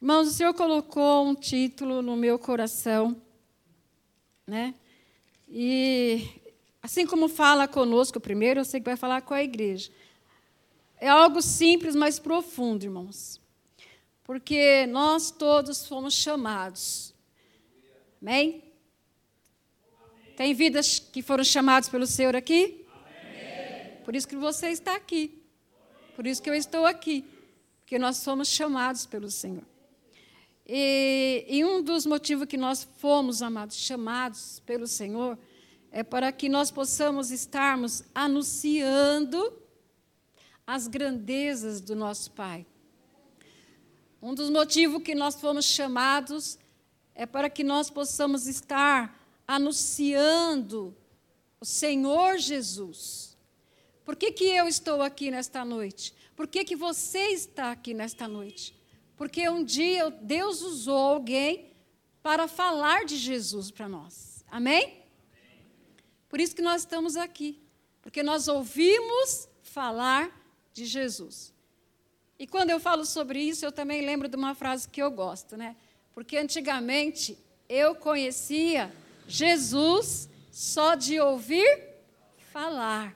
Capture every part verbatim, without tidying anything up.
Irmãos, o Senhor colocou um título no meu coração, né? E assim como fala conosco primeiro, eu sei que vai falar com a igreja. É algo simples, mas profundo, irmãos. Porque nós todos fomos chamados. Amém? Tem vidas que foram chamadas pelo Senhor aqui? Amém. Por isso que você está aqui. Por isso que eu estou aqui. Porque nós fomos chamados pelo Senhor. E, e um dos motivos que nós fomos, amados, chamados pelo Senhor, é para que nós possamos estarmos anunciando as grandezas do nosso Pai. Um dos motivos que nós fomos chamados é para que nós possamos estar anunciando o Senhor Jesus. Por que que eu estou aqui nesta noite? Por que que você está aqui nesta noite? Porque um dia Deus usou alguém para falar de Jesus para nós. Amém? Por isso que nós estamos aqui. Porque nós ouvimos falar de Jesus. E quando eu falo sobre isso, eu também lembro de uma frase que eu gosto, né? Porque antigamente eu conhecia Jesus só de ouvir falar.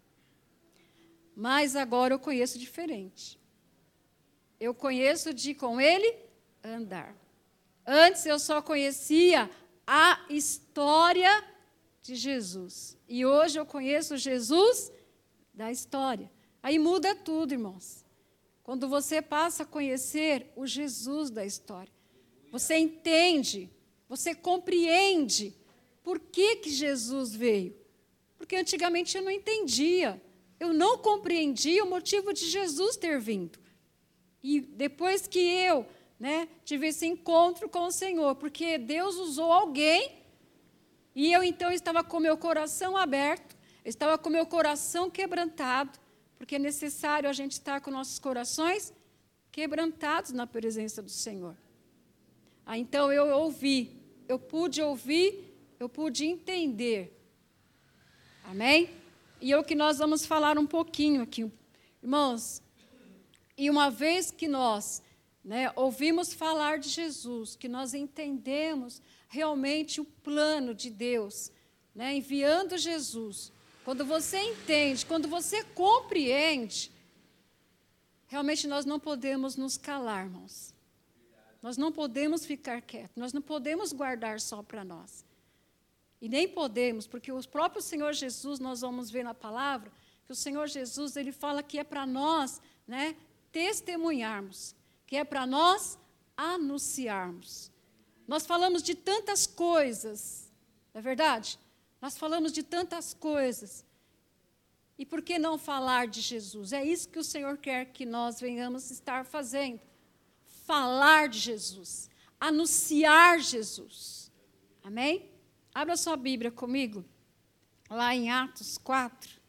Mas agora eu conheço diferente. Eu conheço de com ele andar. Antes eu só conhecia a história de Jesus. E hoje eu conheço Jesus da história. Aí muda tudo, irmãos. Quando você passa a conhecer o Jesus da história, você entende, você compreende por que que Jesus veio. Porque antigamente eu não entendia. Eu não compreendia o motivo de Jesus ter vindo. E depois que eu, né, tive esse encontro com o Senhor, porque Deus usou alguém, e eu então estava com meu coração aberto, estava com meu coração quebrantado, porque é necessário a gente estar com nossos corações quebrantados na presença do Senhor. Ah, então eu ouvi, eu pude ouvir, eu pude entender. Amém? E é o que nós vamos falar um pouquinho aqui. Irmãos, e uma vez que nós, né, ouvimos falar de Jesus, que nós entendemos realmente o plano de Deus, né, enviando Jesus, quando você entende, quando você compreende, realmente nós não podemos nos calar, irmãos. Nós não podemos ficar quietos, nós não podemos guardar só para nós. E nem podemos, porque o próprio Senhor Jesus, nós vamos ver na palavra, que o Senhor Jesus, ele fala que é para nós, né, testemunharmos, que é para nós anunciarmos. Nós falamos de tantas coisas, não é verdade? Nós falamos de tantas coisas. E por que não falar de Jesus? É isso que o Senhor quer que nós venhamos estar fazendo. Falar de Jesus, anunciar Jesus. Amém? Abra sua Bíblia comigo, lá em Atos quatro.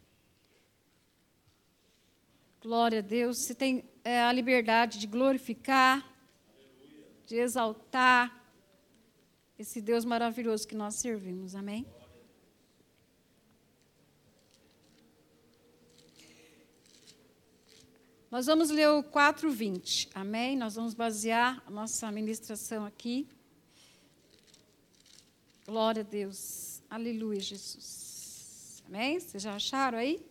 Glória a Deus. Você tem é, a liberdade de glorificar, de exaltar esse Deus maravilhoso que nós servimos. Amém? Nós vamos ler o quatro, vinte. Amém? Nós vamos basear a nossa ministração aqui. Glória a Deus. Aleluia, Jesus. Amém? Vocês já acharam aí?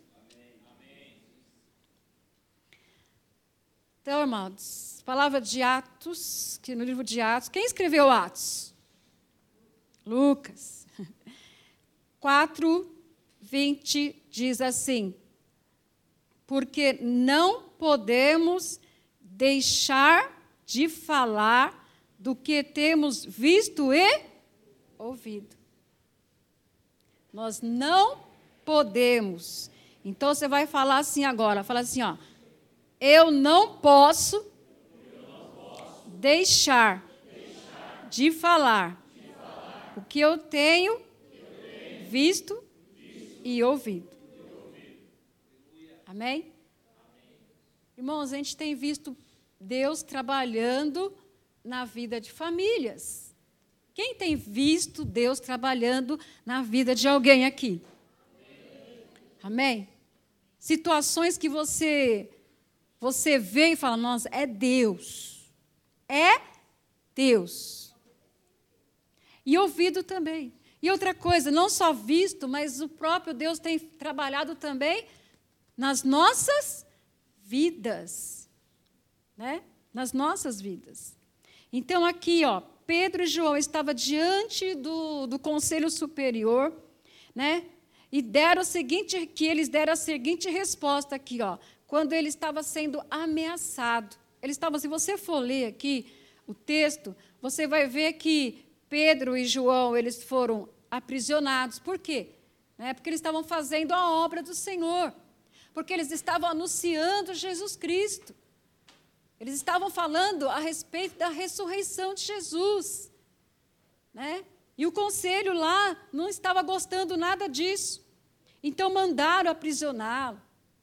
Então, irmãos, palavra de Atos, que no livro de Atos, quem escreveu Atos? Lucas. quatro, vinte diz assim: porque não podemos deixar de falar do que temos visto e ouvido. Nós não podemos. Então, você vai falar assim agora, fala assim, ó. Eu não posso, eu não posso deixar, deixar de, falar de falar o que eu tenho, que eu tenho visto, visto e, ouvido. e ouvido. Amém? Amém? Irmãos, a gente tem visto Deus trabalhando na vida de famílias. Quem tem visto Deus trabalhando na vida de alguém aqui? Amém? Amém? Situações que você... Você vê e fala, nossa, é Deus. É Deus. E ouvido também. E outra coisa, não só visto, mas o próprio Deus tem trabalhado também nas nossas vidas. Né? Nas nossas vidas. Então, aqui, ó, Pedro e João estavam diante do, do Conselho Superior, né? E deram o seguinte, que eles deram a seguinte resposta aqui, ó, quando ele estava sendo ameaçado. Eles estavam, se você for ler aqui o texto, você vai ver que Pedro e João, eles foram aprisionados. Por quê? Né? Porque eles estavam fazendo a obra do Senhor. Porque eles estavam anunciando Jesus Cristo. Eles estavam falando a respeito da ressurreição de Jesus. Né? E o conselho lá não estava gostando nada disso. Então mandaram aprisioná-lo.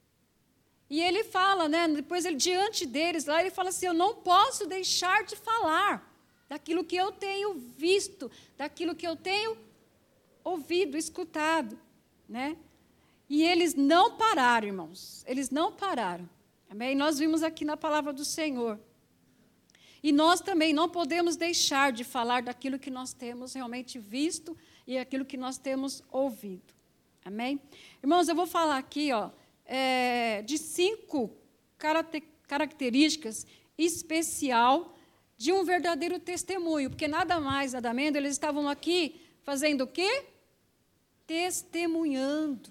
E ele fala, né, depois ele diante deles lá, ele fala assim, eu não posso deixar de falar daquilo que eu tenho visto, daquilo que eu tenho ouvido, escutado. Né? E eles não pararam, irmãos. Eles não pararam. Amém? Nós vimos aqui na palavra do Senhor. E nós também não podemos deixar de falar daquilo que nós temos realmente visto e aquilo que nós temos ouvido. Amém? Irmãos, eu vou falar aqui ó, é, de cinco características especial de um verdadeiro testemunho, porque nada mais, nada menos, eles estavam aqui fazendo o quê? Testemunhando.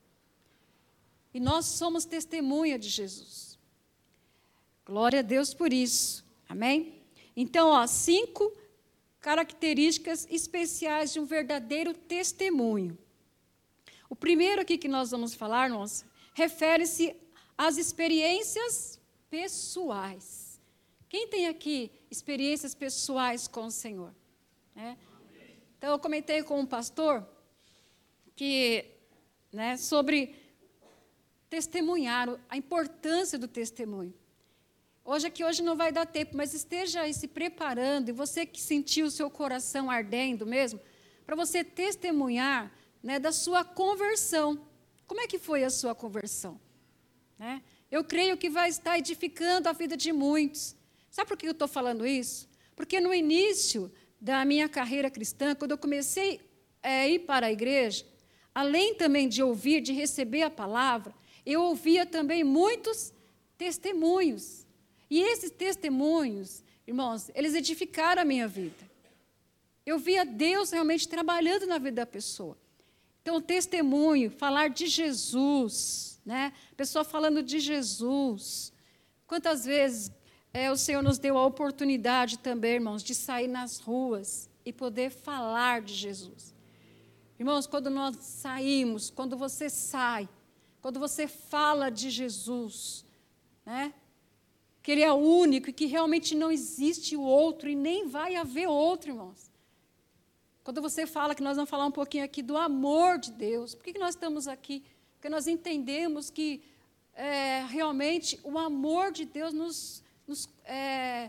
E nós somos testemunha de Jesus. Glória a Deus por isso. Amém? Então, ó, cinco características especiais de um verdadeiro testemunho. O primeiro aqui que nós vamos falar, irmãos, refere-se às experiências pessoais. Quem tem aqui experiências pessoais com o Senhor? É? Então, eu comentei com um pastor que, né, sobre testemunhar, a importância do testemunho. Hoje aqui, hoje não vai dar tempo, mas esteja aí se preparando, e você que sentiu o seu coração ardendo mesmo, para você testemunhar, né, da sua conversão. Como é que foi a sua conversão? Né? Eu creio que vai estar edificando a vida de muitos. Sabe por que eu estou falando isso? Porque no início da minha carreira cristã, quando eu comecei a ir para a igreja, além também de ouvir, de receber a palavra, eu ouvia também muitos testemunhos. E esses testemunhos, irmãos, eles edificaram a minha vida. Eu via Deus realmente trabalhando na vida da pessoa. Então, o testemunho, falar de Jesus, né? A pessoa falando de Jesus. Quantas vezes é, o Senhor nos deu a oportunidade também, irmãos, de sair nas ruas e poder falar de Jesus. Irmãos, quando nós saímos, quando você sai, quando você fala de Jesus, né? Que Ele é o único e que realmente não existe o outro e nem vai haver outro, irmãos. Quando você fala, que nós vamos falar um pouquinho aqui do amor de Deus. Por que que nós estamos aqui? Porque nós entendemos que é, realmente o amor de Deus nos, nos, é,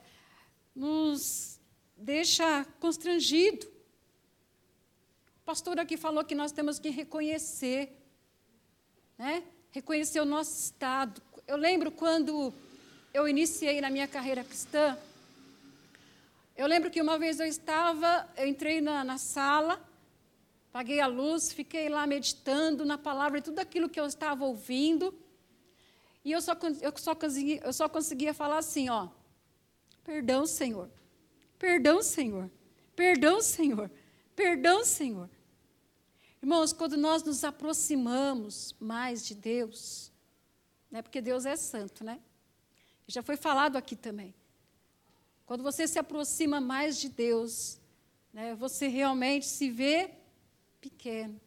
nos deixa constrangido. O pastor aqui falou que nós temos que reconhecer, né? Reconhecer o nosso estado. Eu lembro quando eu iniciei na minha carreira cristã, eu lembro que uma vez eu estava, eu entrei na, na sala, apaguei a luz, fiquei lá meditando na palavra e tudo aquilo que eu estava ouvindo, e eu só, eu só, conseguia, eu só conseguia falar assim, ó, perdão, Senhor, perdão, Senhor, perdão, Senhor, perdão, Senhor. Irmãos, quando nós nos aproximamos mais de Deus, né, porque Deus é santo, né? Já foi falado aqui também. Quando você se aproxima mais de Deus, né, você realmente se vê pequeno.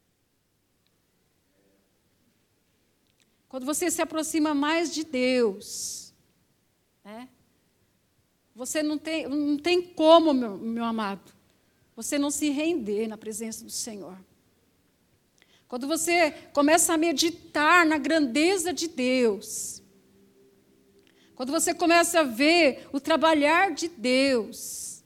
Quando você se aproxima mais de Deus, né, você não tem, não tem como, meu, meu amado, você não se render na presença do Senhor. Quando você começa a meditar na grandeza de Deus, quando você começa a ver o trabalhar de Deus,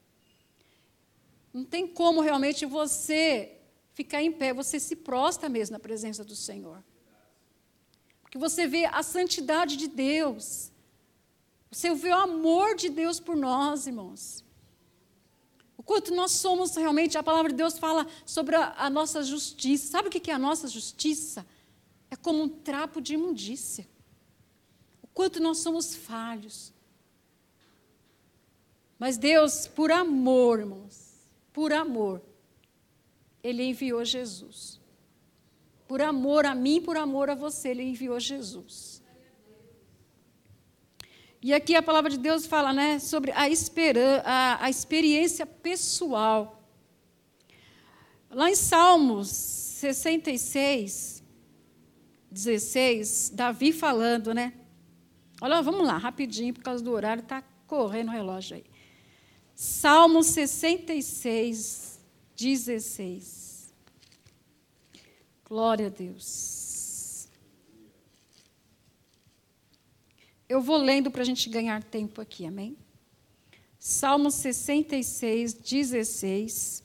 não tem como realmente você ficar em pé, você se prostra mesmo na presença do Senhor. Porque você vê a santidade de Deus, você vê o amor de Deus por nós, irmãos. O quanto nós somos realmente, a palavra de Deus fala sobre a, a nossa justiça. Sabe o que é a nossa justiça? É como um trapo de imundícia. O quanto nós somos falhos. Mas Deus, por amor, irmãos, por amor, Ele enviou Jesus. Por amor a mim, por amor a você, Ele enviou Jesus. E aqui a palavra de Deus fala, né, sobre a, esperan- a, a experiência pessoal. Lá em Salmos sessenta e seis, dezesseis, Davi falando, né? Olha, vamos lá, rapidinho, por causa do horário, está correndo o relógio aí. Salmos sessenta e seis, dezesseis. Glória a Deus. Eu vou lendo para a gente ganhar tempo aqui, amém? Salmos sessenta e seis, dezesseis.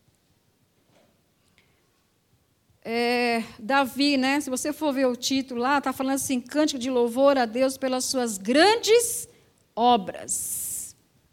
É, Davi, né? Se você for ver o título lá, está falando assim, cântico de louvor a Deus pelas suas grandes obras.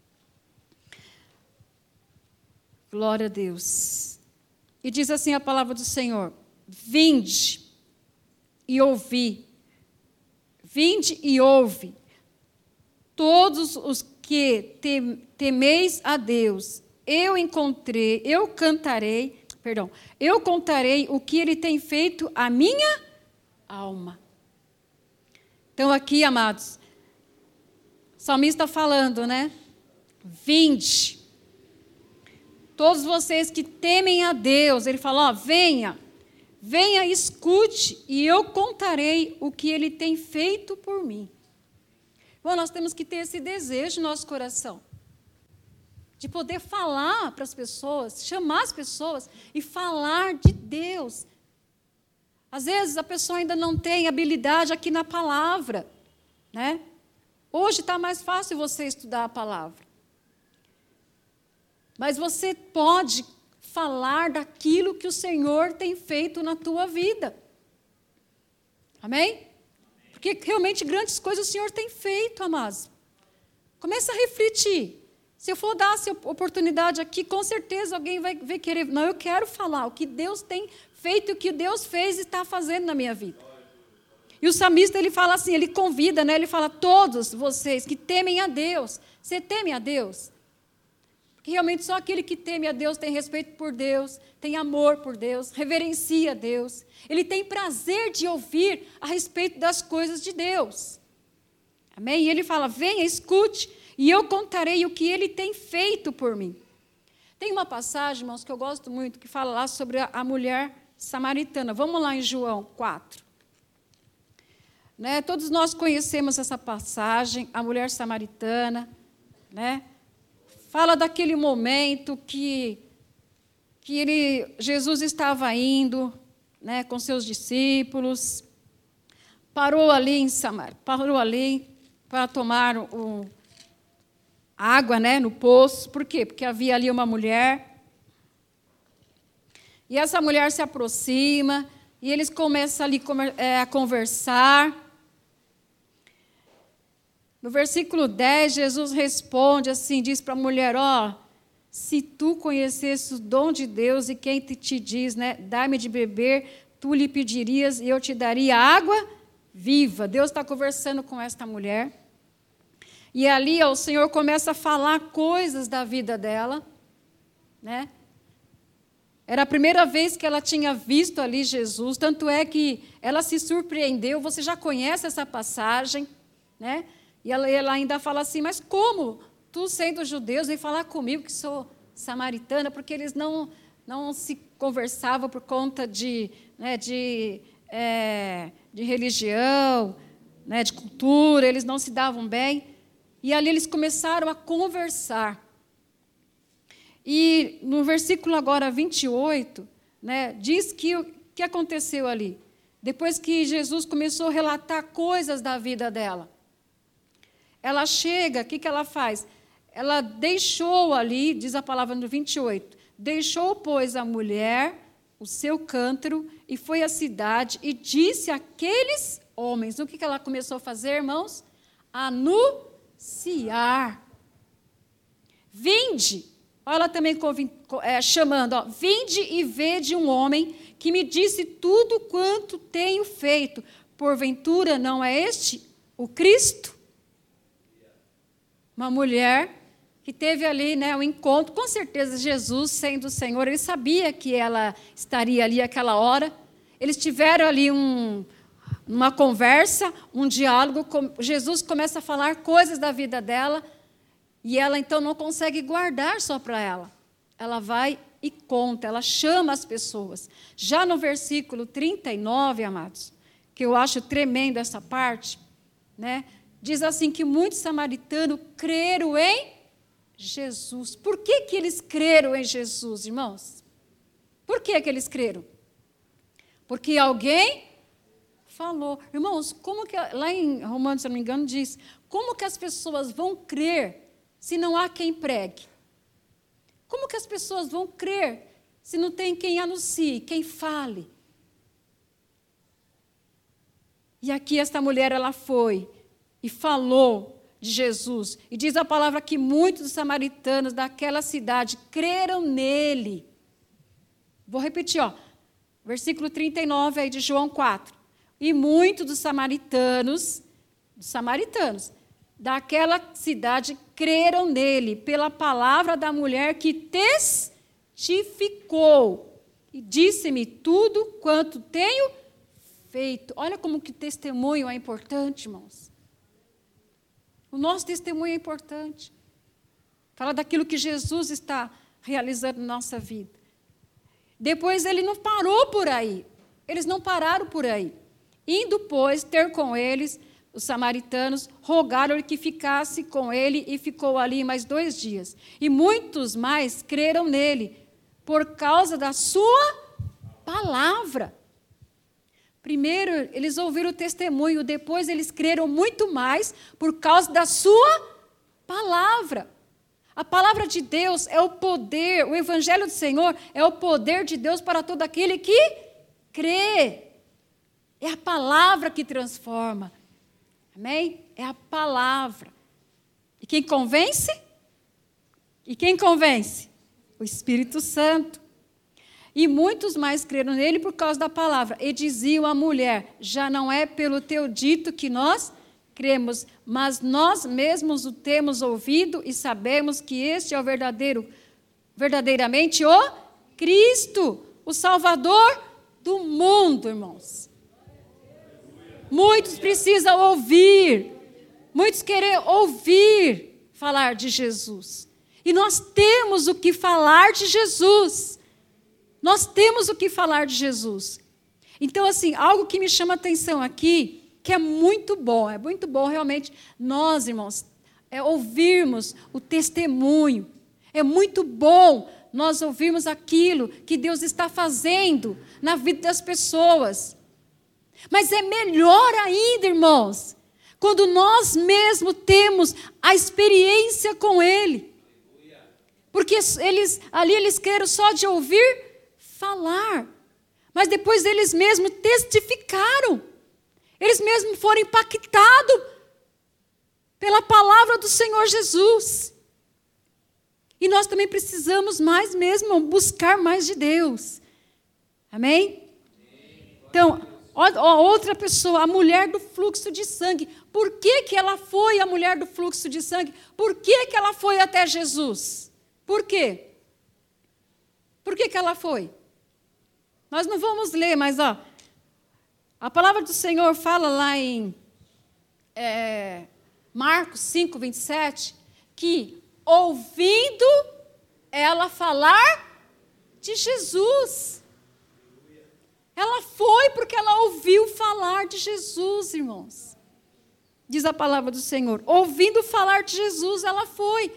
Glória a Deus. E diz assim a palavra do Senhor, vinde e ouvi. Vinde e ouve, todos os que temeis a Deus, eu encontrei, eu cantarei, perdão, eu contarei o que Ele tem feito à minha alma. Então aqui, amados, o salmista está falando, né? Vinde, todos vocês que temem a Deus, ele fala, ó, venha. Venha, escute, e eu contarei o que Ele tem feito por mim. Bom, nós temos que ter esse desejo no nosso coração, de poder falar para as pessoas, chamar as pessoas e falar de Deus. Às vezes a pessoa ainda não tem habilidade aqui na palavra, né? Hoje está mais fácil você estudar a palavra. Mas você pode falar daquilo que o Senhor tem feito na tua vida. Amém? Porque realmente grandes coisas o Senhor tem feito, amados. Começa a refletir. Se eu for dar essa oportunidade aqui, com certeza alguém vai, vai querer. Não, eu quero falar o que Deus tem feito, o que Deus fez e está fazendo na minha vida. E o salmista, ele fala assim, ele convida, né? Ele fala, todos vocês que temem a Deus. Você teme a Deus? Que realmente só aquele que teme a Deus tem respeito por Deus, tem amor por Deus, reverencia a Deus. Ele tem prazer de ouvir a respeito das coisas de Deus. Amém? E ele fala, venha, escute, e eu contarei o que Ele tem feito por mim. Tem uma passagem, irmãos, que eu gosto muito, que fala lá sobre a, a mulher samaritana. Vamos lá em João quatro. Né? Todos nós conhecemos essa passagem, a mulher samaritana, né? Fala daquele momento que, que ele, Jesus estava indo, né, com seus discípulos, parou ali em Samaria, parou ali para tomar o, água, né, no poço. Por quê? Porque havia ali uma mulher. E essa mulher se aproxima e eles começam ali a conversar. No versículo dez, Jesus responde assim, diz para a mulher, ó, se tu conhecesses o dom de Deus e quem te, te diz, né, dá-me de beber, tu lhe pedirias e eu te daria água viva. Deus está conversando com esta mulher. E ali ó, o Senhor começa a falar coisas da vida dela, né? Era a primeira vez que ela tinha visto ali Jesus, tanto é que ela se surpreendeu. Você já conhece essa passagem, né? E ela, ela ainda fala assim, mas como tu, sendo judeu, vem falar comigo que sou samaritana? Porque eles não, não se conversavam por conta de, né, de, é, de religião, né, de cultura, eles não se davam bem. E ali eles começaram a conversar. E no versículo agora vinte e oito, né, diz que o que aconteceu ali? Depois que Jesus começou a relatar coisas da vida dela. Ela chega, o que, que ela faz? Ela deixou ali, diz a palavra no vinte e oito, deixou, pois, a mulher, o seu cântaro, e foi à cidade e disse àqueles homens. O que, que ela começou a fazer, irmãos? Anunciar. Vinde Olha ela também é, chamando, ó, vinde e vede um homem que me disse tudo quanto tenho feito. Porventura não é este o Cristo? Uma mulher que teve ali, né, um encontro, com certeza Jesus, sendo o Senhor, ele sabia que ela estaria ali aquela hora. Eles tiveram ali um, uma conversa, um diálogo. Jesus começa a falar coisas da vida dela e ela então não consegue guardar só para ela. Ela vai e conta, ela chama as pessoas. Já no versículo trinta e nove, amados, que eu acho tremendo essa parte, né, diz assim que muitos samaritanos creram em Jesus. Por que, que eles creram em Jesus, irmãos? Por que, que eles creram? Porque alguém falou. Irmãos, como que, lá em Romanos, se não me engano, diz, como que as pessoas vão crer se não há quem pregue? Como que as pessoas vão crer se não tem quem anuncie, quem fale? E aqui esta mulher, ela foi e falou de Jesus. E diz a palavra que muitos dos samaritanos daquela cidade creram nele. Vou repetir, ó, versículo trinta e nove aí de João quatro. E muitos dos samaritanos, dos samaritanos, daquela cidade creram nele, pela palavra da mulher que testificou. E disse-me tudo quanto tenho feito. Olha como que o testemunho é importante, irmãos. O nosso testemunho é importante. Fala daquilo que Jesus está realizando na nossa vida. Depois ele não parou por aí. Eles não pararam por aí. Indo, pois, ter com eles, os samaritanos, rogaram-lhe que ficasse com ele e ficou ali mais dois dias. E muitos mais creram nele, por causa da sua palavra. Primeiro, eles ouviram o testemunho, depois eles creram muito mais por causa da sua palavra. A palavra de Deus é o poder, o evangelho do Senhor é o poder de Deus para todo aquele que crê. É a palavra que transforma. Amém? É a palavra. E quem convence? E quem convence? O Espírito Santo. E muitos mais creram nele por causa da palavra. E diziam à mulher, já não é pelo teu dito que nós cremos, mas nós mesmos o temos ouvido e sabemos que este é o verdadeiro, verdadeiramente o Cristo, o Salvador do mundo, irmãos. Muitos precisam ouvir, muitos querem ouvir falar de Jesus. E nós temos o que falar de Jesus. Nós temos o que falar de Jesus. Então, assim, algo que me chama a atenção aqui, que é muito bom, é muito bom realmente nós, irmãos, é ouvirmos o testemunho. É muito bom nós ouvirmos aquilo que Deus está fazendo na vida das pessoas. Mas é melhor ainda, irmãos, quando nós mesmos temos a experiência com Ele. Porque eles, ali eles querem só de ouvir falar, mas depois eles mesmos testificaram, eles mesmos foram impactados pela palavra do Senhor Jesus. E nós também precisamos mais mesmo buscar mais de Deus. Amém? Então, outra pessoa, a mulher do fluxo de sangue. Por que que ela foi a mulher do fluxo de sangue? Por que que ela foi até Jesus? Por quê? Por que que ela foi? Nós não vamos ler, mas ó, a palavra do Senhor fala lá em é, Marcos cinco, vinte e sete, que ouvindo ela falar de Jesus. Ela foi porque ela ouviu falar de Jesus, irmãos. Diz a palavra do Senhor. Ouvindo falar de Jesus, ela foi.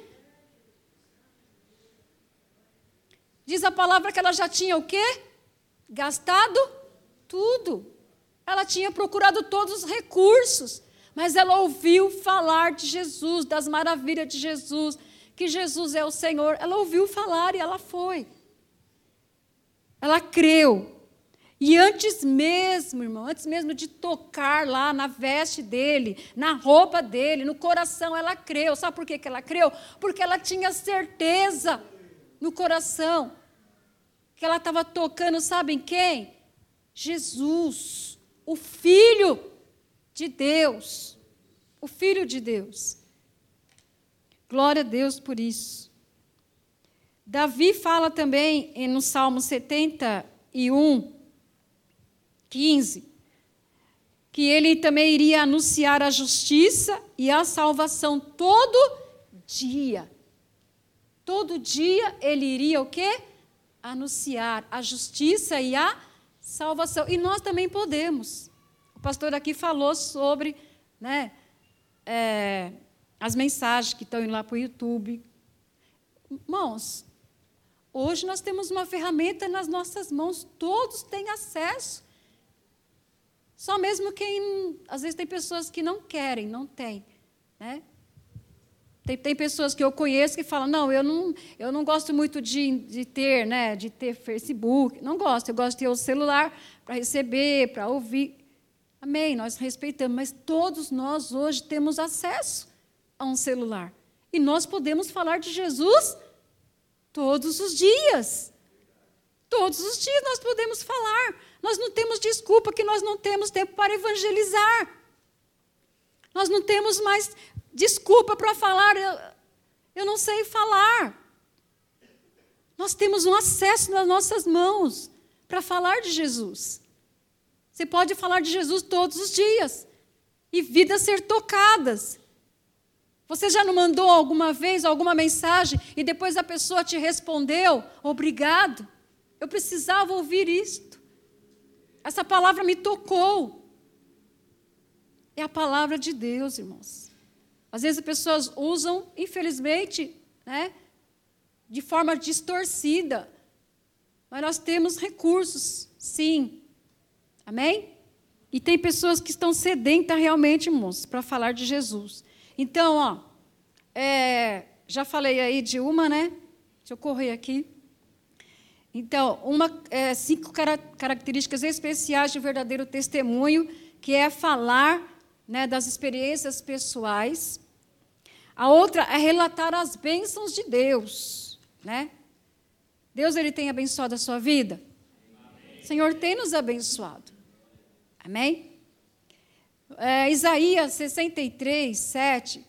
Diz a palavra que ela já tinha o quê? Gastado tudo. Ela tinha procurado todos os recursos, mas ela ouviu falar de Jesus, das maravilhas de Jesus, que Jesus é o Senhor. Ela ouviu falar e ela foi. Ela creu. E antes mesmo, irmão, antes mesmo de tocar lá na veste dele, na roupa dele, no coração, ela creu. Sabe por que que ela creu? Porque ela tinha certeza no coração, que ela estava tocando, sabem quem? Jesus, o Filho de Deus. O Filho de Deus. Glória a Deus por isso. Davi fala também no Salmo setenta e um, quinze, que ele também iria anunciar a justiça e a salvação todo dia. Todo dia ele iria o quê? Anunciar a justiça e a salvação. E nós também podemos. O pastor aqui falou sobre, né, é, as mensagens que estão indo lá para o YouTube. Irmãos, hoje nós temos uma ferramenta nas nossas mãos, todos têm acesso. Só mesmo quem, às vezes tem pessoas que não querem, não têm, né? Tem, tem pessoas que eu conheço que falam, não, eu não, eu não gosto muito de, de ter, né, de ter Facebook, não gosto, eu gosto de ter o celular para receber, para ouvir. Amém, nós respeitamos, mas todos nós hoje temos acesso a um celular. E nós podemos falar de Jesus todos os dias. Todos os dias nós podemos falar. Nós não temos desculpa que nós não temos tempo para evangelizar. Nós não temos mais desculpa para falar, eu, eu não sei falar. Nós temos um acesso nas nossas mãos para falar de Jesus. Você pode falar de Jesus todos os dias e vidas ser tocadas. Você já não mandou alguma vez alguma mensagem e depois a pessoa te respondeu, obrigado, eu precisava ouvir isto. Essa palavra me tocou. É a palavra de Deus, irmãos. Às vezes as pessoas usam, infelizmente, né, de forma distorcida. Mas nós temos recursos, sim. Amém? E tem pessoas que estão sedentas realmente, irmãos, para falar de Jesus. Então, ó, é, já falei aí de uma, né? Deixa eu correr aqui. Então, uma, é, cinco cara, características especiais de verdadeiro testemunho, que é falar, né, das experiências pessoais. A outra é relatar as bênçãos de Deus, né? Deus, ele tem abençoado a sua vida? Amém. O Senhor tem nos abençoado. Amém? É, Isaías sessenta e três, sete,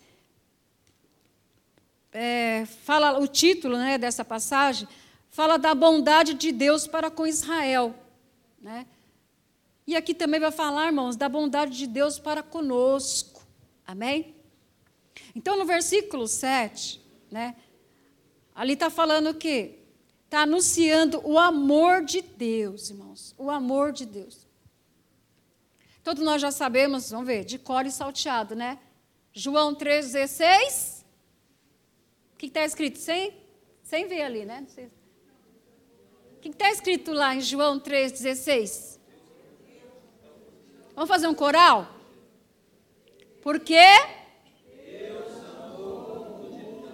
é, fala o título, né, dessa passagem, fala da bondade de Deus para com Israel, né? E aqui também vai falar, irmãos, da bondade de Deus para conosco. Amém? Então, no versículo sete, né, ali está falando o quê? Está anunciando o amor de Deus, irmãos. O amor de Deus. Todos nós já sabemos, vamos ver, de cor e salteado, né? João três, dezesseis. O que está escrito? Sem, sem ver ali, né? Não sei. O que está escrito lá em João três, dezesseis? Vamos fazer um coral? Por quê? Deus amou o mundo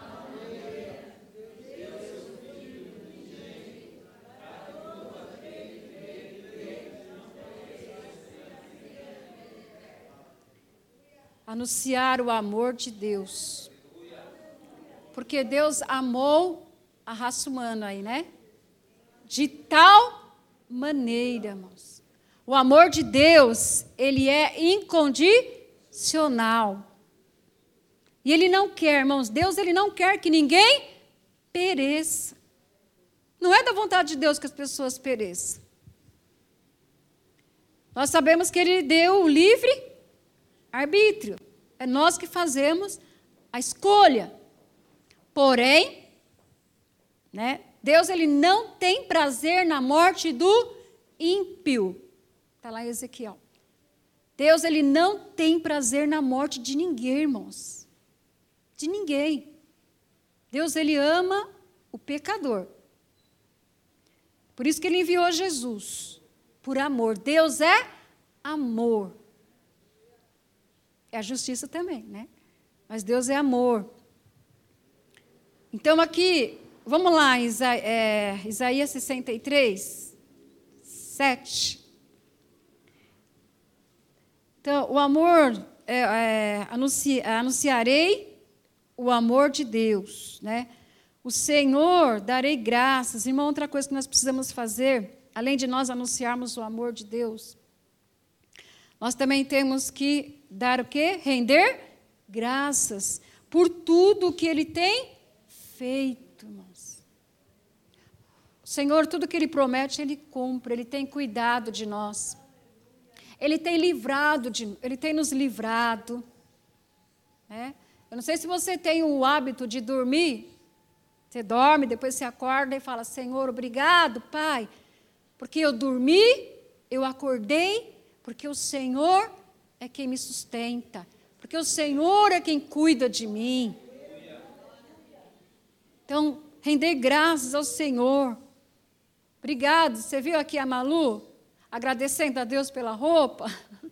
de Deus, seu Filho unigênito, para todo aquele que nele crê, não pereça. Anunciar o amor de Deus. Porque Deus amou a raça humana aí, né? De tal maneira, irmãos. O amor de Deus, ele é incondicional. E ele não quer, irmãos, Deus, ele não quer que ninguém pereça. Não é da vontade de Deus que as pessoas pereçam. Nós sabemos que ele deu o livre arbítrio. É nós que fazemos a escolha. Porém, né, Deus, ele não tem prazer na morte do ímpio. Está lá em Ezequiel. Deus, ele não tem prazer na morte de ninguém, irmãos. De ninguém. Deus, ele ama o pecador. Por isso que ele enviou Jesus. Por amor. Deus é amor. É a justiça também, né? Mas Deus é amor. Então, aqui, vamos lá, Isa, é, Isaías sessenta e três, sete. Então, o amor, é, é, anunci, anunciarei o amor de Deus, né? O Senhor, darei graças. Irmão, outra coisa que nós precisamos fazer, além de nós anunciarmos o amor de Deus, nós também temos que dar o quê? Render graças por tudo o que Ele tem feito, irmãos. O Senhor, tudo que Ele promete, Ele cumpre. Ele tem cuidado de nós. Ele tem livrado, de, Ele tem nos livrado. Né? Eu não sei se você tem o hábito de dormir. Você dorme, depois você acorda e fala, Senhor, obrigado, Pai, porque eu dormi, eu acordei, porque o Senhor é quem me sustenta, porque o Senhor é quem cuida de mim. Então, render graças ao Senhor. Obrigado. Você viu aqui a Malu agradecendo a Deus pela roupa?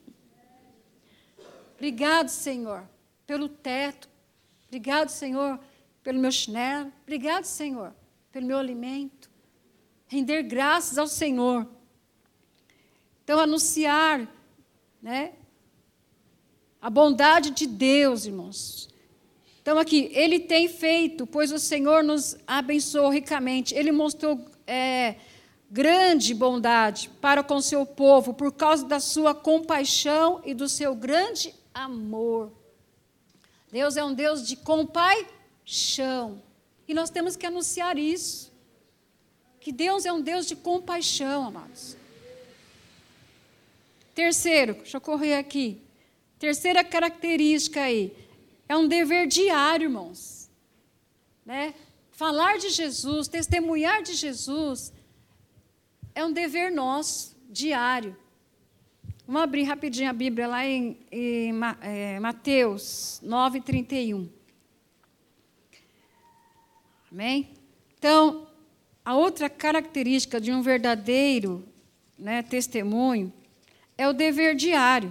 Obrigado, Senhor, pelo teto. Obrigado, Senhor, pelo meu chinelo. Obrigado, Senhor, pelo meu alimento. Render graças ao Senhor. Então, anunciar, né, a bondade de Deus, irmãos. Então, aqui, Ele tem feito, pois o Senhor nos abençoou ricamente. Ele mostrou é, grande bondade para com o seu povo, por causa da sua compaixão e do seu grande amor. Deus é um Deus de compaixão. E nós temos que anunciar isso. Que Deus é um Deus de compaixão, amados. Terceiro, deixa eu correr aqui. Terceira característica aí. É um dever diário, irmãos. Né? Falar de Jesus, testemunhar de Jesus, é um dever nosso, diário. Vamos abrir rapidinho a Bíblia lá em, em é, Mateus nove, trinta e um. Amém? Então, a outra característica de um verdadeiro, né, testemunho é o dever diário.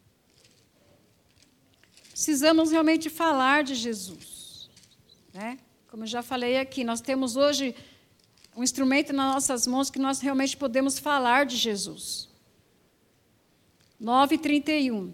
Precisamos realmente falar de Jesus. Né? Como eu já falei aqui, nós temos hoje um instrumento nas nossas mãos que nós realmente podemos falar de Jesus. nove, trinta e um.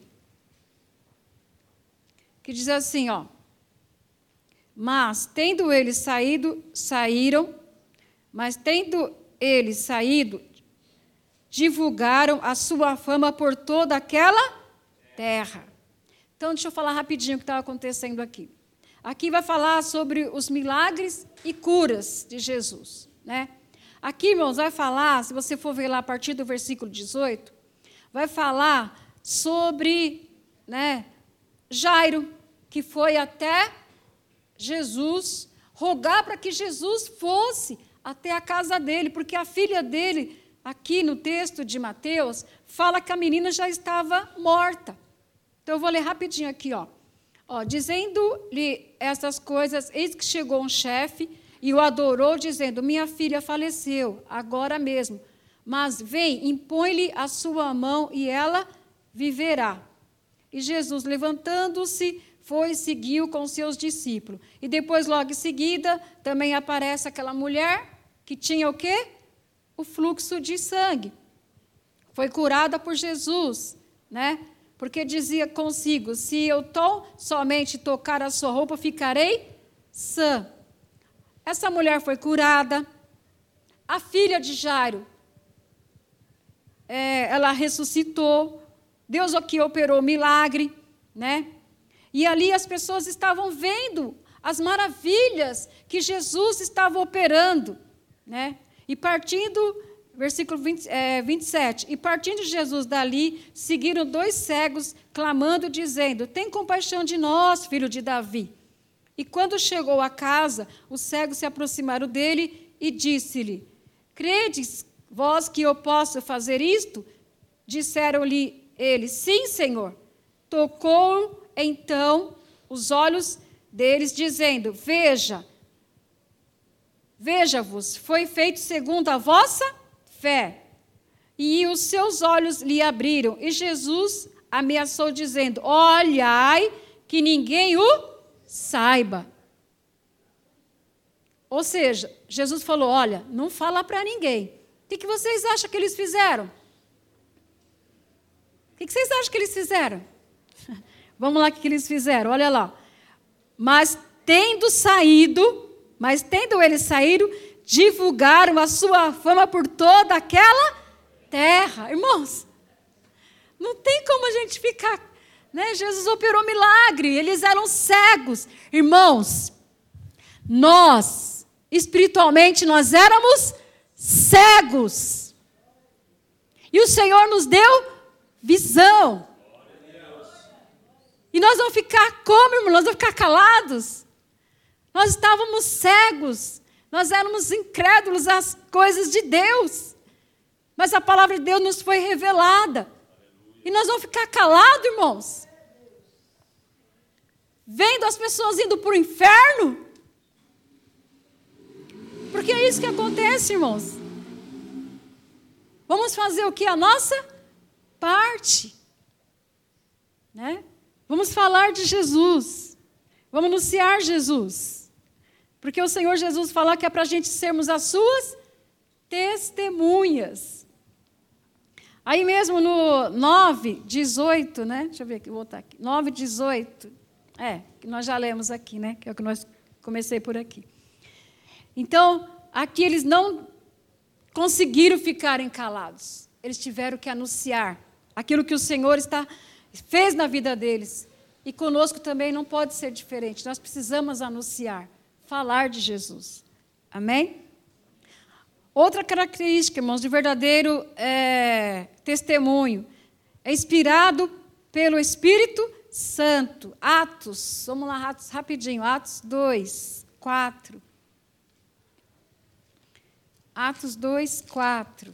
Que diz assim, ó. Mas, tendo eles saído, saíram, mas tendo eles saído, divulgaram a sua fama por toda aquela terra. Então, deixa eu falar rapidinho o que estava acontecendo aqui. Aqui vai falar sobre os milagres e curas de Jesus. Né? Aqui, irmãos, vai falar, se você for ver lá a partir do versículo dezoito, vai falar sobre, né, Jairo, que foi até Jesus, rogar para que Jesus fosse até a casa dele, porque a filha dele, aqui no texto de Mateus, fala que a menina já estava morta. Então, eu vou ler rapidinho aqui, ó. Ó, dizendo-lhe essas coisas, eis que chegou um chefe e o adorou, dizendo, minha filha faleceu, agora mesmo. Mas vem, impõe-lhe a sua mão e ela viverá. E Jesus, levantando-se, foi e seguiu com seus discípulos. E depois, logo em seguida, também aparece aquela mulher que tinha o quê? O fluxo de sangue. Foi curada por Jesus, né? Porque dizia consigo, se eu to, somente tocar a sua roupa, ficarei sã. Essa mulher foi curada. A filha de Jairo, é, ela ressuscitou. Deus aqui operou milagre, né? E ali as pessoas estavam vendo as maravilhas que Jesus estava operando, né? E partindo, versículo vinte, é, vinte e sete, e partindo Jesus dali, seguiram dois cegos, clamando, dizendo, tem compaixão de nós, filho de Davi. E quando chegou à casa, os cegos se aproximaram dele e disse-lhe, credes vós que eu posso fazer isto? Disseram-lhe eles, sim, Senhor. Tocou então os olhos deles, dizendo, veja, veja-vos, foi feito segundo a vossa fé. E os seus olhos lhe abriram. E Jesus ameaçou, dizendo, olhai, que ninguém o saiba. Ou seja, Jesus falou, olha, não fala para ninguém. O que, que vocês acham que eles fizeram? O que, que vocês acham que eles fizeram? Vamos lá, o que, que eles fizeram? Olha lá. Mas tendo saído, Mas tendo eles saído, divulgaram a sua fama por toda aquela terra. Irmãos, não tem como a gente ficar, né? Jesus operou milagre, eles eram cegos. Irmãos, nós, espiritualmente, nós éramos cegos. E o Senhor nos deu visão. E nós vamos ficar como, irmão? Nós vamos ficar calados? Nós estávamos cegos. Nós éramos incrédulos às coisas de Deus. Mas a palavra de Deus nos foi revelada. E nós vamos ficar calados, irmãos? Vendo as pessoas indo para o inferno? Porque é isso que acontece, irmãos. Vamos fazer o que? A nossa parte. Né? Vamos falar de Jesus. Vamos anunciar Jesus. Porque o Senhor Jesus fala que é para a gente sermos as suas testemunhas. Aí mesmo no nove, dezoito, né? Deixa eu ver aqui, vou botar aqui. nove, dezoito. É, que nós já lemos aqui, né? Que é o que nós comecei por aqui. Então, aqui eles não conseguiram ficarem calados. Eles tiveram que anunciar aquilo que o Senhor está, fez na vida deles. E conosco também não pode ser diferente. Nós precisamos anunciar, falar de Jesus. Amém? Outra característica, irmãos, de verdadeiro é, testemunho, é inspirado pelo Espírito Santo. Atos, vamos lá, Atos, rapidinho, Atos dois, quatro. Atos dois, quatro.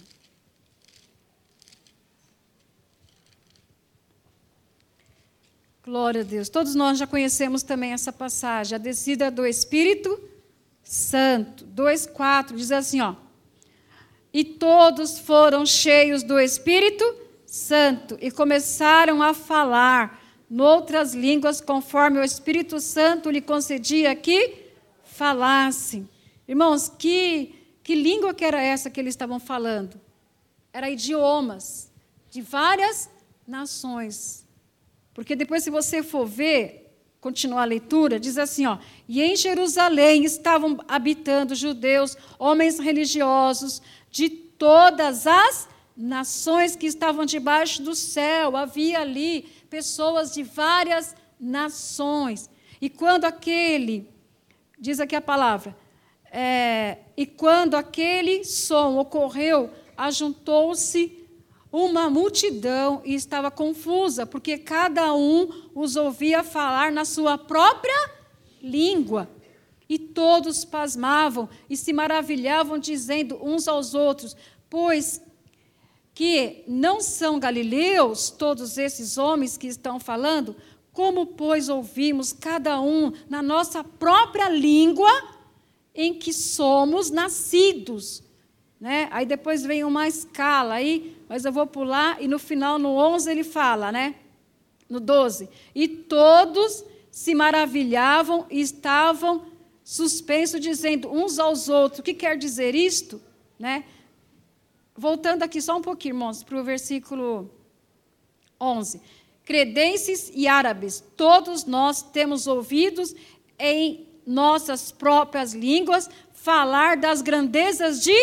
Glória a Deus. Todos nós já conhecemos também essa passagem, a descida do Espírito Santo. dois, quatro, diz assim, ó. E todos foram cheios do Espírito Santo e começaram a falar noutras línguas, conforme o Espírito Santo lhe concedia que falassem. Irmãos, que, que língua que era essa que eles estavam falando? Era idiomas de várias nações. Porque depois, se você for ver, continuar a leitura, diz assim, ó, e em Jerusalém estavam habitando judeus, homens religiosos, de todas as nações que estavam debaixo do céu. Havia ali pessoas de várias nações. E quando aquele, diz aqui a palavra, é, e quando aquele som ocorreu, ajuntou-se uma multidão e estava confusa, porque cada um os ouvia falar na sua própria língua. E todos pasmavam e se maravilhavam, dizendo uns aos outros, pois que não são galileus todos esses homens que estão falando? Como, pois, ouvimos cada um na nossa própria língua em que somos nascidos? Né? Aí depois vem uma escala, aí, mas eu vou pular, e no final, no onze, ele fala, né? No doze, e todos se maravilhavam e estavam suspenso, dizendo uns aos outros, o que quer dizer isto? Né? Voltando aqui só um pouquinho, irmãos, para o versículo onze. Credenses e árabes, todos nós temos ouvidos em nossas próprias línguas falar das grandezas de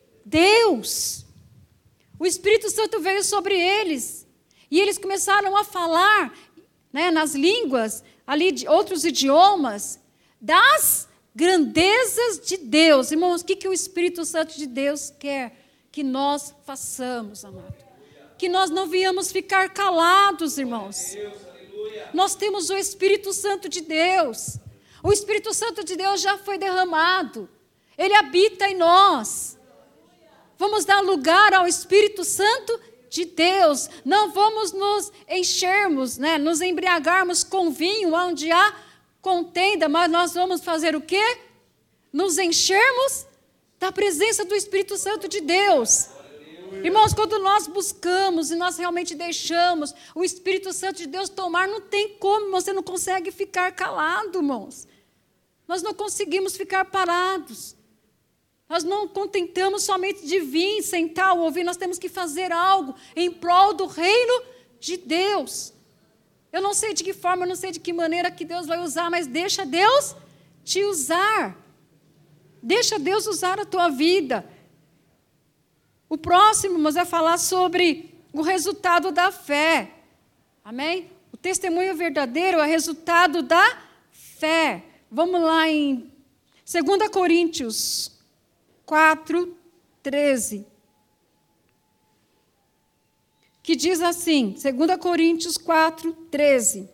Deus. O Espírito Santo veio sobre eles, e eles começaram a falar, né, nas línguas, ali de outros idiomas, das grandezas de Deus. Irmãos, o que, que o Espírito Santo de Deus quer que nós façamos, amado? Que nós não viemos ficar calados, irmãos. Nós temos o Espírito Santo de Deus. O Espírito Santo de Deus já foi derramado. Ele habita em nós. Vamos dar lugar ao Espírito Santo de Deus. Não vamos nos enchermos, né, nos embriagarmos com vinho onde há contenda, mas nós vamos fazer o quê? Nos enchermos da presença do Espírito Santo de Deus. Irmãos, quando nós buscamos e nós realmente deixamos o Espírito Santo de Deus tomar, não tem como, você não consegue ficar calado, irmãos. Nós não conseguimos ficar parados. Nós não contentamos somente de vir, sentar, ouvir, nós temos que fazer algo em prol do reino de Deus. Eu não sei de que forma, eu não sei de que maneira que Deus vai usar, mas deixa Deus te usar. Deixa Deus usar a tua vida. O próximo, mas é falar sobre o resultado da fé. Amém? O testemunho verdadeiro é resultado da fé. Vamos lá em dois Coríntios quatro, treze. Que diz assim, dois Coríntios quatro, treze.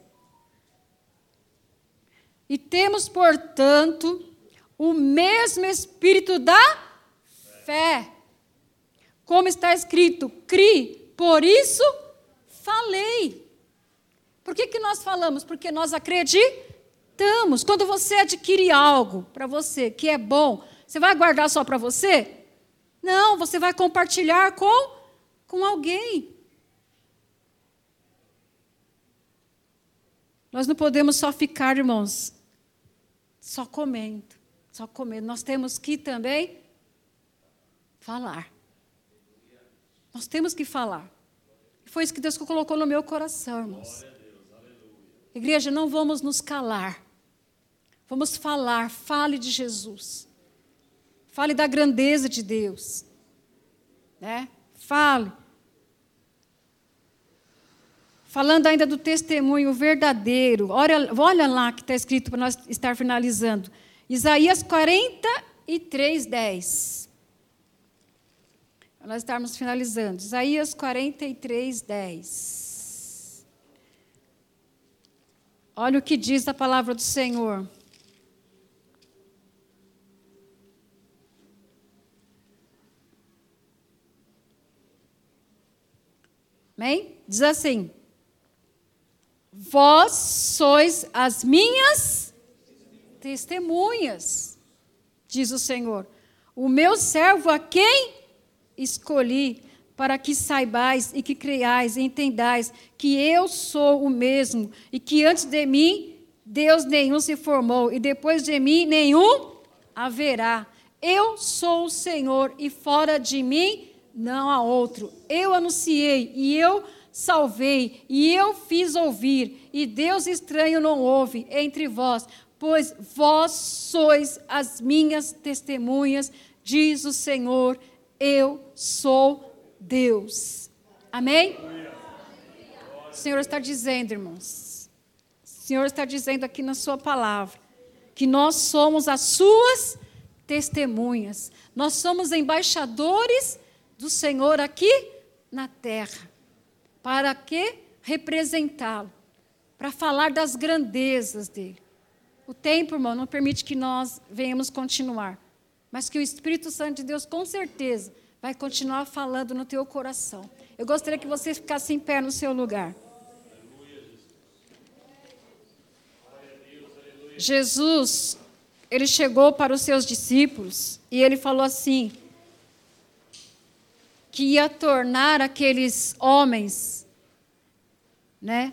E temos, portanto, o mesmo espírito da fé. Como está escrito, cri, por isso falei. Por que, que nós falamos? Porque nós acreditamos. Quando você adquire algo para você que é bom, você vai guardar só para você? Não, você vai compartilhar com, com alguém. Nós não podemos só ficar, irmãos, só comendo, só comendo. Nós temos que também falar. Nós temos que falar. Foi isso que Deus colocou no meu coração, irmãos. Igreja, não vamos nos calar. Vamos falar. Fale de Jesus. Fale da grandeza de Deus. Né? Fale. Falando ainda do testemunho verdadeiro. Olha, olha lá que está escrito para nós estar finalizando. Isaías quarenta e três, dez. Para nós estarmos finalizando. Isaías quarenta e três, dez. Olha o que diz a palavra do Senhor. Amém? Diz assim: vós sois as minhas testemunhas, diz o Senhor. O meu servo a quem escolhi, para que saibais e que creiais e entendais que eu sou o mesmo, e que antes de mim Deus nenhum se formou, e depois de mim nenhum haverá. Eu sou o Senhor, e fora de mim não há outro. Eu anunciei, e eu salvei, e eu fiz ouvir, e Deus estranho não houve entre vós, pois vós sois as minhas testemunhas, diz o Senhor. Eu sou Deus. Amém? O Senhor está dizendo, irmãos. O Senhor está dizendo aqui na sua palavra que nós somos as suas testemunhas. Nós somos embaixadores do Senhor aqui na terra. Para quê? Representá-lo. Para falar das grandezas dele. O tempo, irmão, não permite que nós venhamos continuar. Mas que o Espírito Santo de Deus, com certeza, vai continuar falando no teu coração. Eu gostaria que você ficasse em pé no seu lugar. Jesus, ele chegou para os seus discípulos e ele falou assim, que ia tornar aqueles homens, né,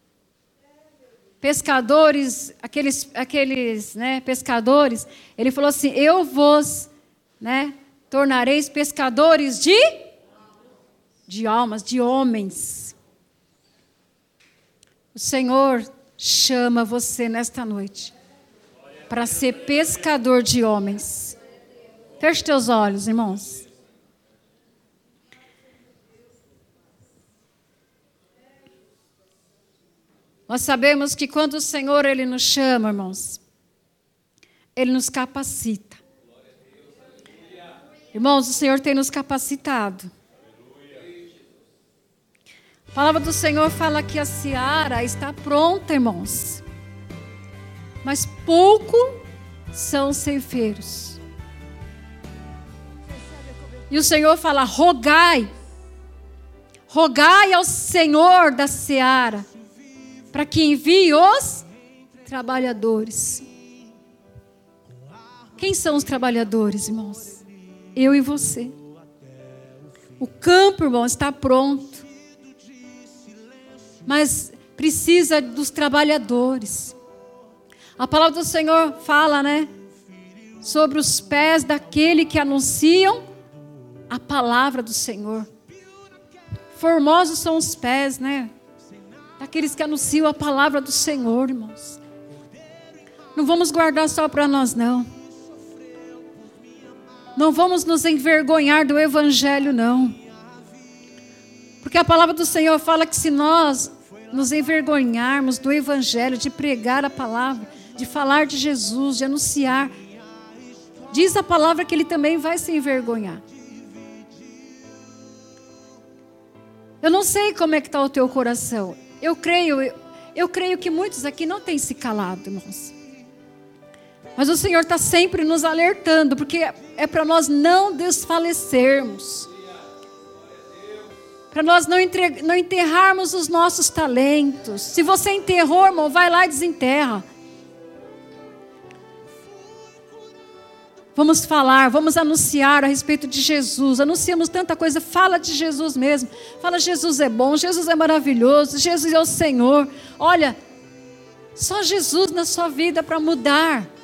pescadores, aqueles, aqueles né, pescadores, ele falou assim, eu vos, né, tornareis pescadores de, de almas, de homens. O Senhor chama você nesta noite para ser pescador de homens. Feche teus olhos, irmãos. Nós sabemos que quando o Senhor ele nos chama, irmãos, Ele nos capacita. Irmãos, o Senhor tem nos capacitado. A palavra do Senhor fala que a seara está pronta, irmãos. Mas pouco são ceifeiros. E o Senhor fala, rogai. Rogai ao Senhor da seara, para que envie os trabalhadores. Quem são os trabalhadores, irmãos? Eu e você. O campo, irmão, está pronto. Mas precisa dos trabalhadores. A palavra do Senhor fala, né? Sobre os pés daquele que anunciam a palavra do Senhor. Formosos são os pés, né? Daqueles que anunciam a palavra do Senhor, irmãos. Não vamos guardar só para nós, não. Não vamos nos envergonhar do Evangelho, não. Porque a palavra do Senhor fala que se nós nos envergonharmos do Evangelho, de pregar a palavra, de falar de Jesus, de anunciar, diz a palavra que Ele também vai se envergonhar. Eu não sei como é que está o teu coração. Eu creio, eu, eu creio que muitos aqui não têm se calado, irmãos. Mas o Senhor está sempre nos alertando, porque é para nós não desfalecermos. Para nós não, entre, não enterrarmos os nossos talentos. Se você enterrou, irmão, vai lá e desenterra. Vamos falar, vamos anunciar a respeito de Jesus. Anunciamos tanta coisa, fala de Jesus mesmo. Fala, Jesus é bom, Jesus é maravilhoso, Jesus é o Senhor. Olha, só Jesus na sua vida para mudar.